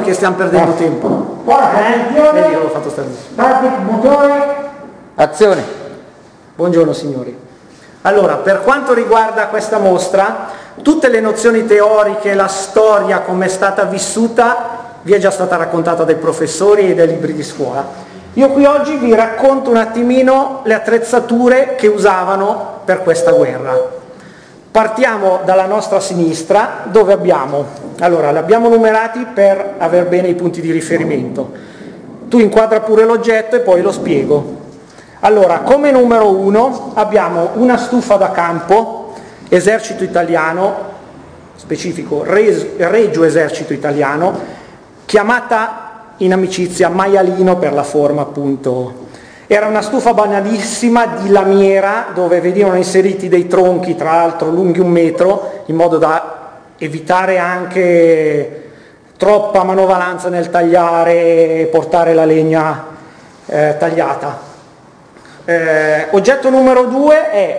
che stiamo perdendo tempo. Vedi, l'ho fatto stare. Motore. Azione. Buongiorno signori. Allora, per quanto riguarda questa mostra, tutte le nozioni teoriche, la storia come è stata vissuta, vi è già stata raccontata dai professori e dai libri di scuola. Io qui oggi vi racconto un attimino le attrezzature che usavano per questa guerra. Partiamo dalla nostra sinistra, dove abbiamo, allora, li abbiamo numerati per avere bene i punti di riferimento. Tu inquadra pure l'oggetto e poi lo spiego. Allora, come numero 1 abbiamo una stufa da campo, esercito italiano, specifico, Regio Esercito Italiano, chiamata in amicizia maialino per la forma appunto. Era una stufa banalissima di lamiera dove venivano inseriti dei tronchi, tra l'altro lunghi 1 metro, in modo da evitare anche troppa manovalanza nel tagliare e portare la legna tagliata. Oggetto numero 2 è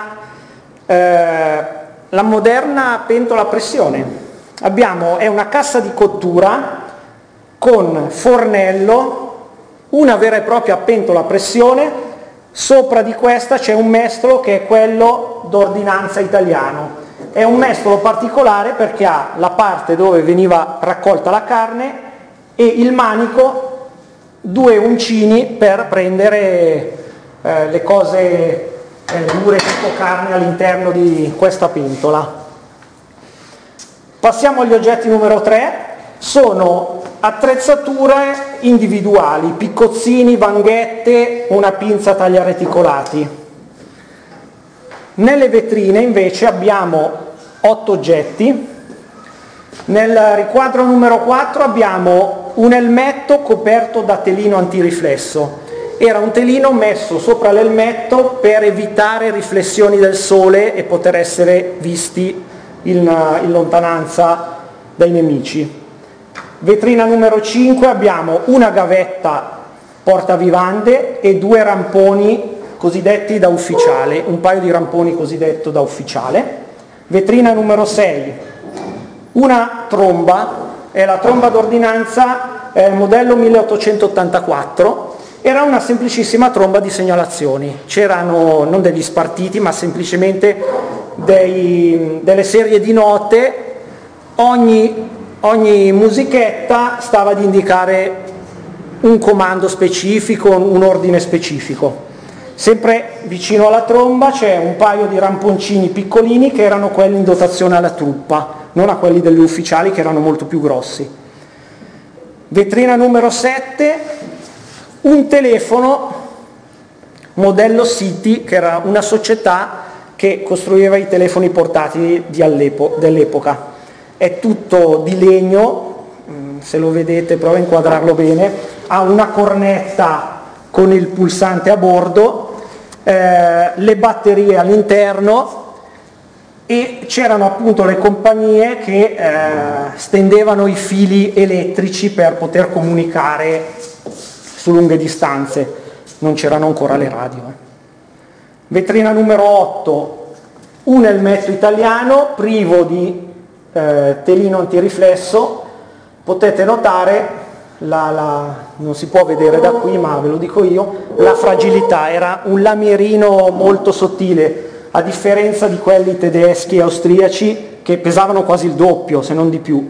la moderna pentola a pressione. È una cassa di cottura con fornello, una vera e propria pentola a pressione, sopra di questa c'è un mestolo che è quello d'ordinanza italiano. È un mestolo particolare perché ha la parte dove veniva raccolta la carne e il manico, 2 uncini per prendere le cose dure tipo carne all'interno di questa pentola. Passiamo agli oggetti numero 3, sono attrezzature individuali, piccozzini, vanghette, una pinza tagliareticolati. Nelle vetrine invece abbiamo 8 oggetti. Nel riquadro numero 4 abbiamo un elmetto coperto da telino antiriflesso. Era un telino messo sopra l'elmetto per evitare riflessioni del sole e poter essere visti in lontananza dai nemici. Vetrina numero 5 abbiamo una gavetta portavivande e 2 ramponi cosiddetti da ufficiale, un paio di ramponi cosiddetto da ufficiale. Vetrina numero 6, una tromba, è la tromba d'ordinanza modello 1884, era una semplicissima tromba di segnalazioni, c'erano non degli spartiti ma semplicemente delle serie di note, ogni musichetta stava ad indicare un comando specifico, un ordine specifico. Sempre vicino alla tromba c'è un paio di ramponcini piccolini che erano quelli in dotazione alla truppa, non a quelli degli ufficiali che erano molto più grossi. Vetrina numero 7, un telefono modello City, che era una società che costruiva i telefoni portatili dell'epoca. È tutto di legno, se lo vedete prova a inquadrarlo bene, ha una cornetta con il pulsante a bordo, le batterie all'interno e c'erano appunto le compagnie che stendevano i fili elettrici per poter comunicare su lunghe distanze, non c'erano ancora le radio. Vetrina numero 8, un elmetto italiano privo di telino antiriflesso, potete notare, non si può vedere da qui ma ve lo dico io, la fragilità, era un lamierino molto sottile, a differenza di quelli tedeschi e austriaci che pesavano quasi il doppio se non di più.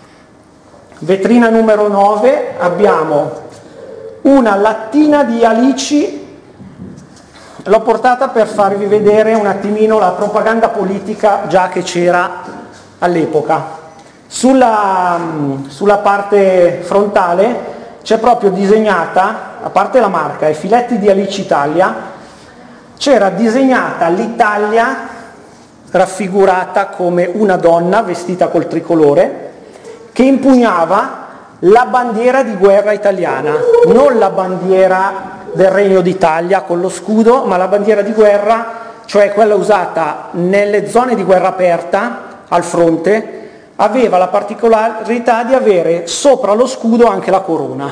Vetrina numero 9 abbiamo una lattina di alici, l'ho portata per farvi vedere un attimino la propaganda politica già che c'era all'epoca. Sulla parte frontale c'è proprio disegnata, a parte la marca, i filetti di Alice Italia, c'era disegnata l'Italia raffigurata come una donna vestita col tricolore che impugnava la bandiera di guerra italiana, non la bandiera del Regno d'Italia con lo scudo, ma la bandiera di guerra, cioè quella usata nelle zone di guerra aperta al fronte, aveva la particolarità di avere sopra lo scudo anche la corona.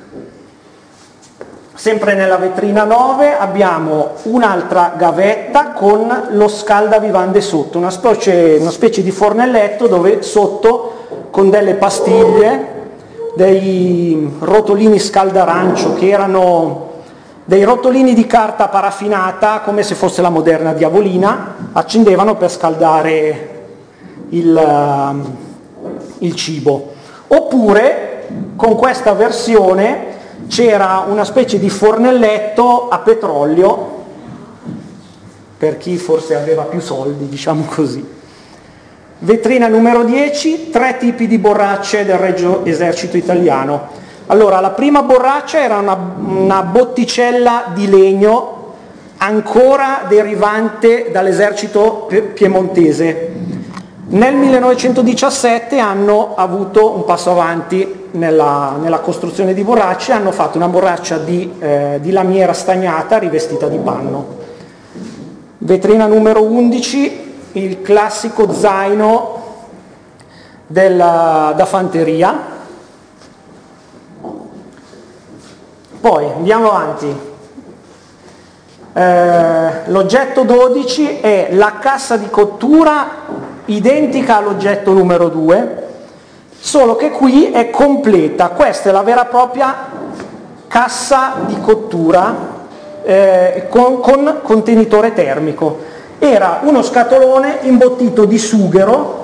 Sempre nella vetrina 9 abbiamo un'altra gavetta con lo scaldavivande sotto, una specie di fornelletto dove sotto con delle pastiglie dei rotolini scaldarancio che erano dei rotolini di carta paraffinata, come se fosse la moderna diavolina, accendevano per scaldare il cibo. Oppure con questa versione c'era una specie di fornelletto a petrolio, per chi forse aveva più soldi, diciamo così. Vetrina numero 10, 3 tipi di borracce del Regio Esercito Italiano. Allora, la prima borraccia era una botticella di legno ancora derivante dall'esercito piemontese. Nel 1917 hanno avuto un passo avanti nella costruzione di borracce, hanno fatto una borraccia di lamiera stagnata rivestita di panno. Vetrina numero 11, il classico zaino da fanteria. Poi andiamo avanti. L'oggetto 12 è la cassa di cottura identica all'oggetto numero 2, solo che qui è completa. Questa è la vera e propria cassa di cottura con contenitore termico. Era uno scatolone imbottito di sughero,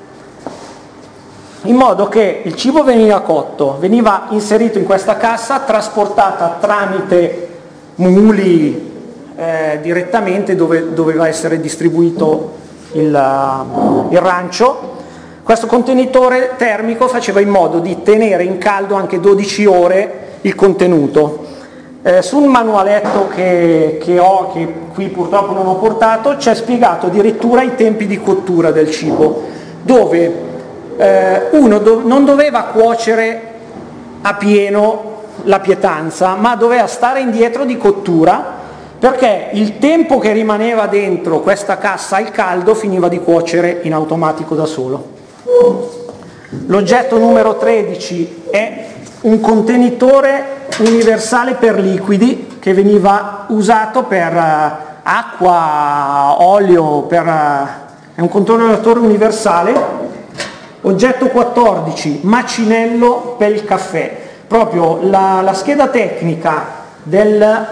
in modo che il cibo veniva cotto, veniva inserito in questa cassa, trasportata tramite muli direttamente dove doveva essere distribuito il rancio. Questo contenitore termico faceva in modo di tenere in caldo anche 12 ore il contenuto. Sul manualetto che ho, che qui purtroppo non ho portato, c'è spiegato addirittura i tempi di cottura del cibo, dove uno non doveva cuocere a pieno la pietanza, ma doveva stare indietro di cottura, perché il tempo che rimaneva dentro questa cassa al caldo finiva di cuocere in automatico da solo. L'oggetto numero 13 è un contenitore universale per liquidi che veniva usato per acqua, olio, è un contenitore universale. Oggetto 14, macinello per il caffè. Proprio la scheda tecnica del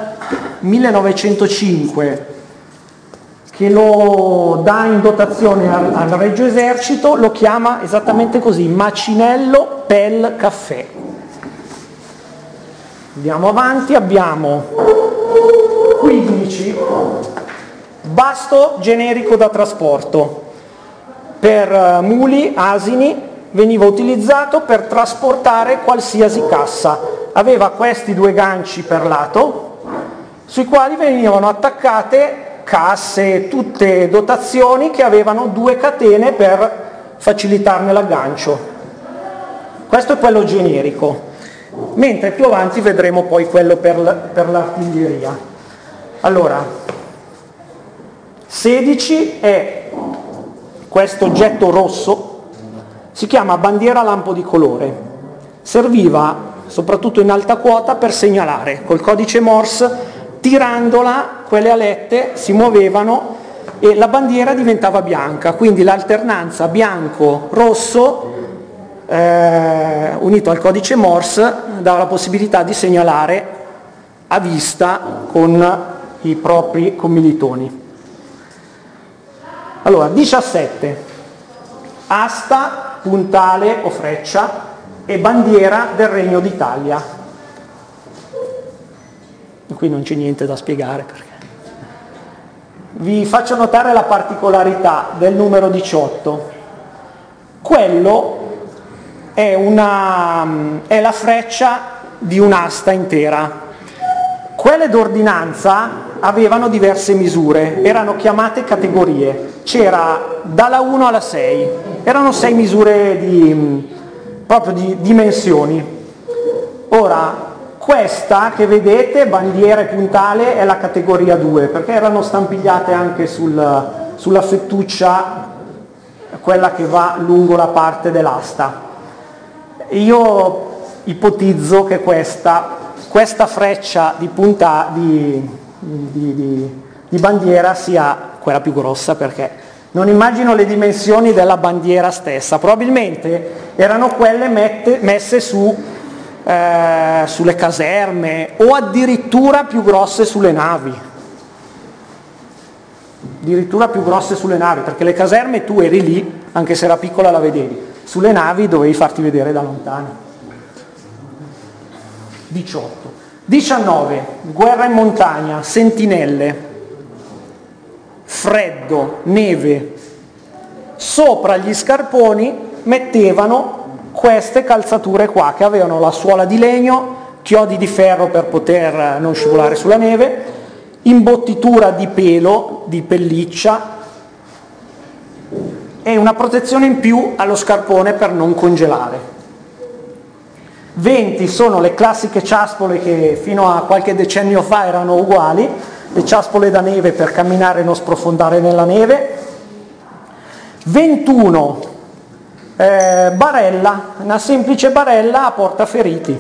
1905 che lo dà in dotazione al Regio Esercito lo chiama esattamente così, macinello pel caffè. Andiamo avanti, abbiamo 15, basto generico da trasporto per muli, asini, veniva utilizzato per trasportare qualsiasi cassa. Aveva questi due ganci per lato sui quali venivano attaccate casse, tutte dotazioni che avevano due catene per facilitarne l'aggancio. Questo è quello generico, mentre più avanti vedremo poi quello per l'artiglieria. Allora, 16 è questo oggetto rosso, si chiama bandiera lampo di colore, serviva soprattutto in alta quota per segnalare col codice Morse. Tirandola, quelle alette si muovevano e la bandiera diventava bianca, quindi l'alternanza bianco-rosso unito al codice Morse dava la possibilità di segnalare a vista con i propri commilitoni. Allora, 17, asta, puntale o freccia e bandiera del Regno d'Italia. Qui non c'è niente da spiegare perché. Vi faccio notare la particolarità del numero 18. Quello è la freccia di un'asta intera. Quelle d'ordinanza avevano diverse misure, erano chiamate categorie. C'era dalla 1 alla 6, erano 6 misure proprio di dimensioni. Ora, questa che vedete, bandiera e puntale, è la categoria 2, perché erano stampigliate anche sulla fettuccia, quella che va lungo la parte dell'asta. Io ipotizzo che questa freccia di bandiera sia quella più grossa, perché non immagino le dimensioni della bandiera stessa. Probabilmente erano quelle messe sulle caserme o addirittura più grosse sulle navi. Addirittura più grosse sulle navi, perché le caserme tu eri lì, anche se era piccola la vedevi. Sulle navi dovevi farti vedere da lontano. 18. 19. Guerra in montagna, sentinelle, freddo, neve. Sopra gli scarponi mettevano queste calzature qua, che avevano la suola di legno, chiodi di ferro per poter non scivolare sulla neve, imbottitura di pelo, di pelliccia e una protezione in più allo scarpone per non congelare. 20 sono le classiche ciaspole che fino a qualche decennio fa erano uguali, le ciaspole da neve per camminare e non sprofondare nella neve. 21 barella, una semplice barella a portaferiti.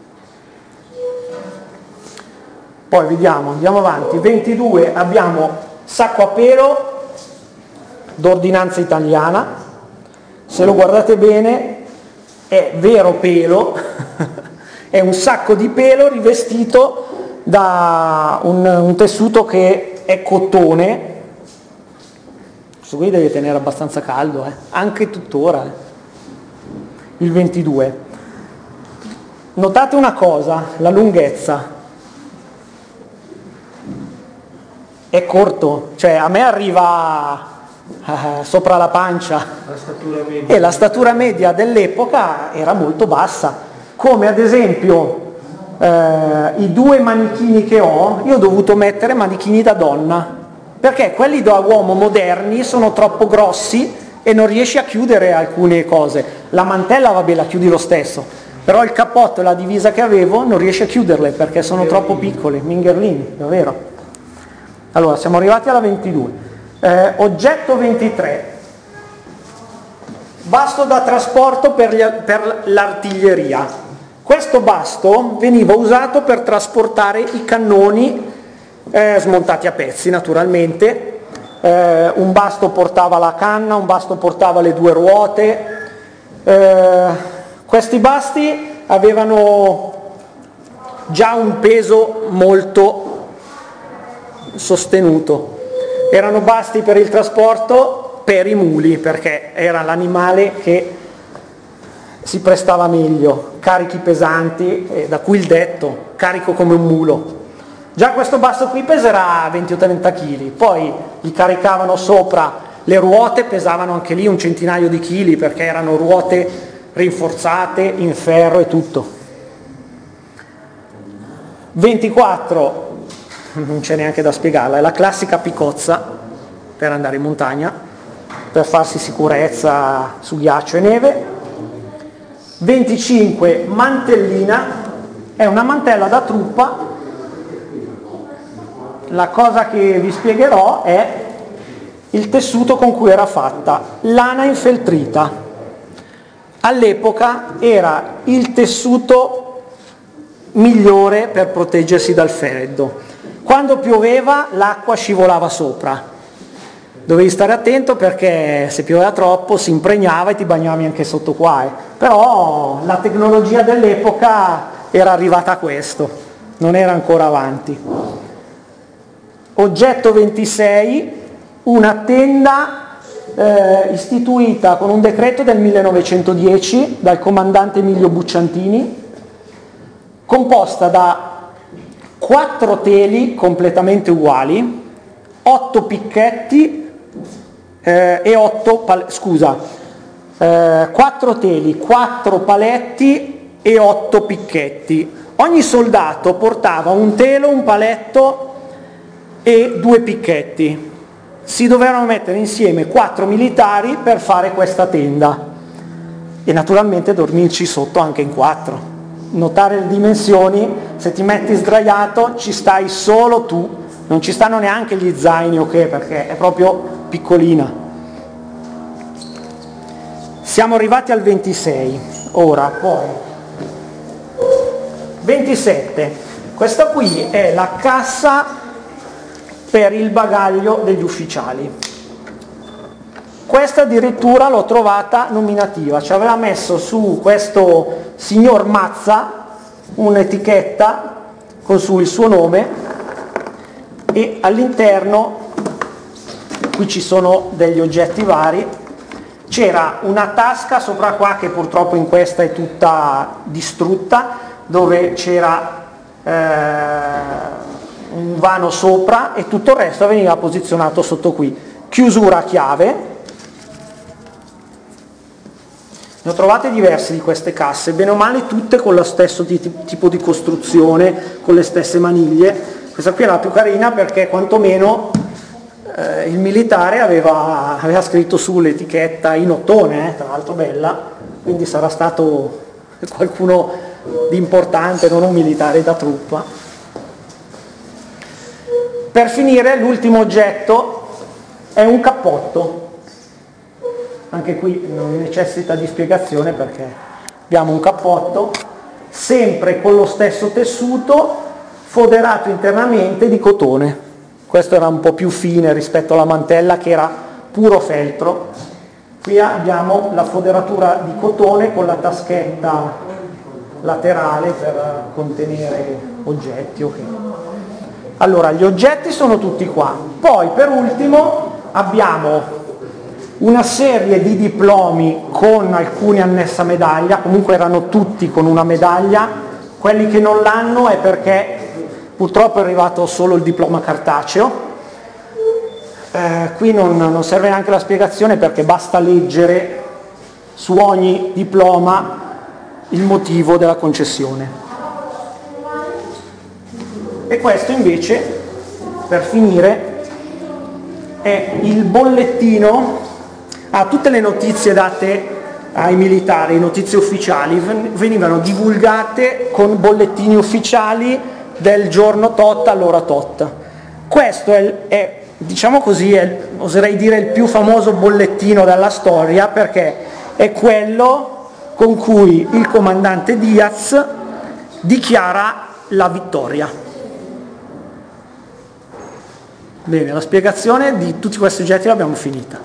Poi vediamo, andiamo avanti. 22 abbiamo sacco a pelo d'ordinanza italiana, se lo guardate bene è vero pelo, è un sacco di pelo rivestito da un tessuto che è cotone. Questo qui deve tenere abbastanza caldo, anche tuttora. Il 22. Notate una cosa, la lunghezza. È corto, cioè a me arriva sopra la pancia, e la statura media dell'epoca era molto bassa, come ad esempio i due manichini che ho, io ho dovuto mettere manichini da donna, perché quelli da uomo moderni sono troppo grossi e non riesci a chiudere alcune cose. La mantella vabbè, la chiudi lo stesso, però il cappotto e la divisa che avevo non riesci a chiuderle perché sono troppo piccole, Mingerlini, davvero. Allora, siamo arrivati alla 22. Oggetto 23. Basto da trasporto per l'artiglieria. Questo basto veniva usato per trasportare i cannoni smontati a pezzi, naturalmente. Un basto portava la canna, un basto portava le due ruote. Questi basti avevano già un peso molto sostenuto. Erano basti per il trasporto per i muli, perché era l'animale che si prestava meglio, carichi pesanti, da cui il detto, carico come un mulo. Già questo basto qui peserà 20 o 30 kg, poi gli caricavano sopra le ruote, pesavano anche lì un centinaio di chili, perché erano ruote rinforzate in ferro e tutto. 24, non c'è neanche da spiegarla, è la classica piccozza per andare in montagna, per farsi sicurezza su ghiaccio e neve. 25, mantellina, è una mantella da truppa. La cosa che vi spiegherò è il tessuto con cui era fatta, lana infeltrita. All'epoca era il tessuto migliore per proteggersi dal freddo. Quando pioveva l'acqua scivolava sopra, dovevi stare attento perché se pioveva troppo si impregnava e ti bagnavi anche sotto qua. Però la tecnologia dell'epoca era arrivata a questo, non era ancora avanti. Oggetto 26, una tenda istituita con un decreto del 1910 dal comandante Emilio Bucciantini, composta da 4 teli completamente uguali, 8 picchetti e 4 teli, 4 paletti e 8 picchetti. Ogni soldato portava un telo, un paletto e 2 picchetti. Si dovevano mettere insieme 4 militari per fare questa tenda e naturalmente dormirci sotto anche in 4. Notare le dimensioni, se ti metti sdraiato ci stai solo tu, non ci stanno neanche gli zaini, ok, perché è proprio piccolina. Siamo arrivati al 26, ora poi 27, questa qui è la cassa per il bagaglio degli ufficiali. questa addirittura l'ho trovata nominativa, ci aveva messo su questo signor Mazza un'etichetta con su il suo nome e all'interno, qui ci sono degli oggetti vari, c'era una tasca sopra qua che purtroppo in questa è tutta distrutta, dove c'era un vano sopra e tutto il resto veniva posizionato sotto qui. Chiusura a chiave. Ne ho trovate diverse di queste casse, bene o male tutte con lo stesso tipo di costruzione, con le stesse maniglie. Questa qui è la più carina perché quantomeno il militare aveva scritto su l'etichetta in ottone, tra l'altro bella, quindi sarà stato qualcuno di importante, non un militare da truppa. Per finire, l'ultimo oggetto è un cappotto. Anche qui non necessita di spiegazione perché abbiamo un cappotto sempre con lo stesso tessuto foderato internamente di cotone. Questo era un po' più fine rispetto alla mantella che era puro feltro. Qui abbiamo la foderatura di cotone con la taschetta laterale per contenere oggetti. Okay. Allora, gli oggetti sono tutti qua. Poi per ultimo abbiamo una serie di diplomi con alcuni annessa medaglia, comunque erano tutti con una medaglia. Quelli che non l'hanno è perché purtroppo è arrivato solo il diploma cartaceo. Qui non serve neanche la spiegazione perché basta leggere su ogni diploma il motivo della concessione. E questo invece, per finire, è il bollettino. Tutte le notizie date ai militari, notizie ufficiali, venivano divulgate con bollettini ufficiali del giorno tot all'ora tot. Questo è, diciamo così, oserei dire il più famoso bollettino della storia perché è quello con cui il comandante Diaz dichiara la vittoria. Bene, la spiegazione di tutti questi oggetti l'abbiamo finita.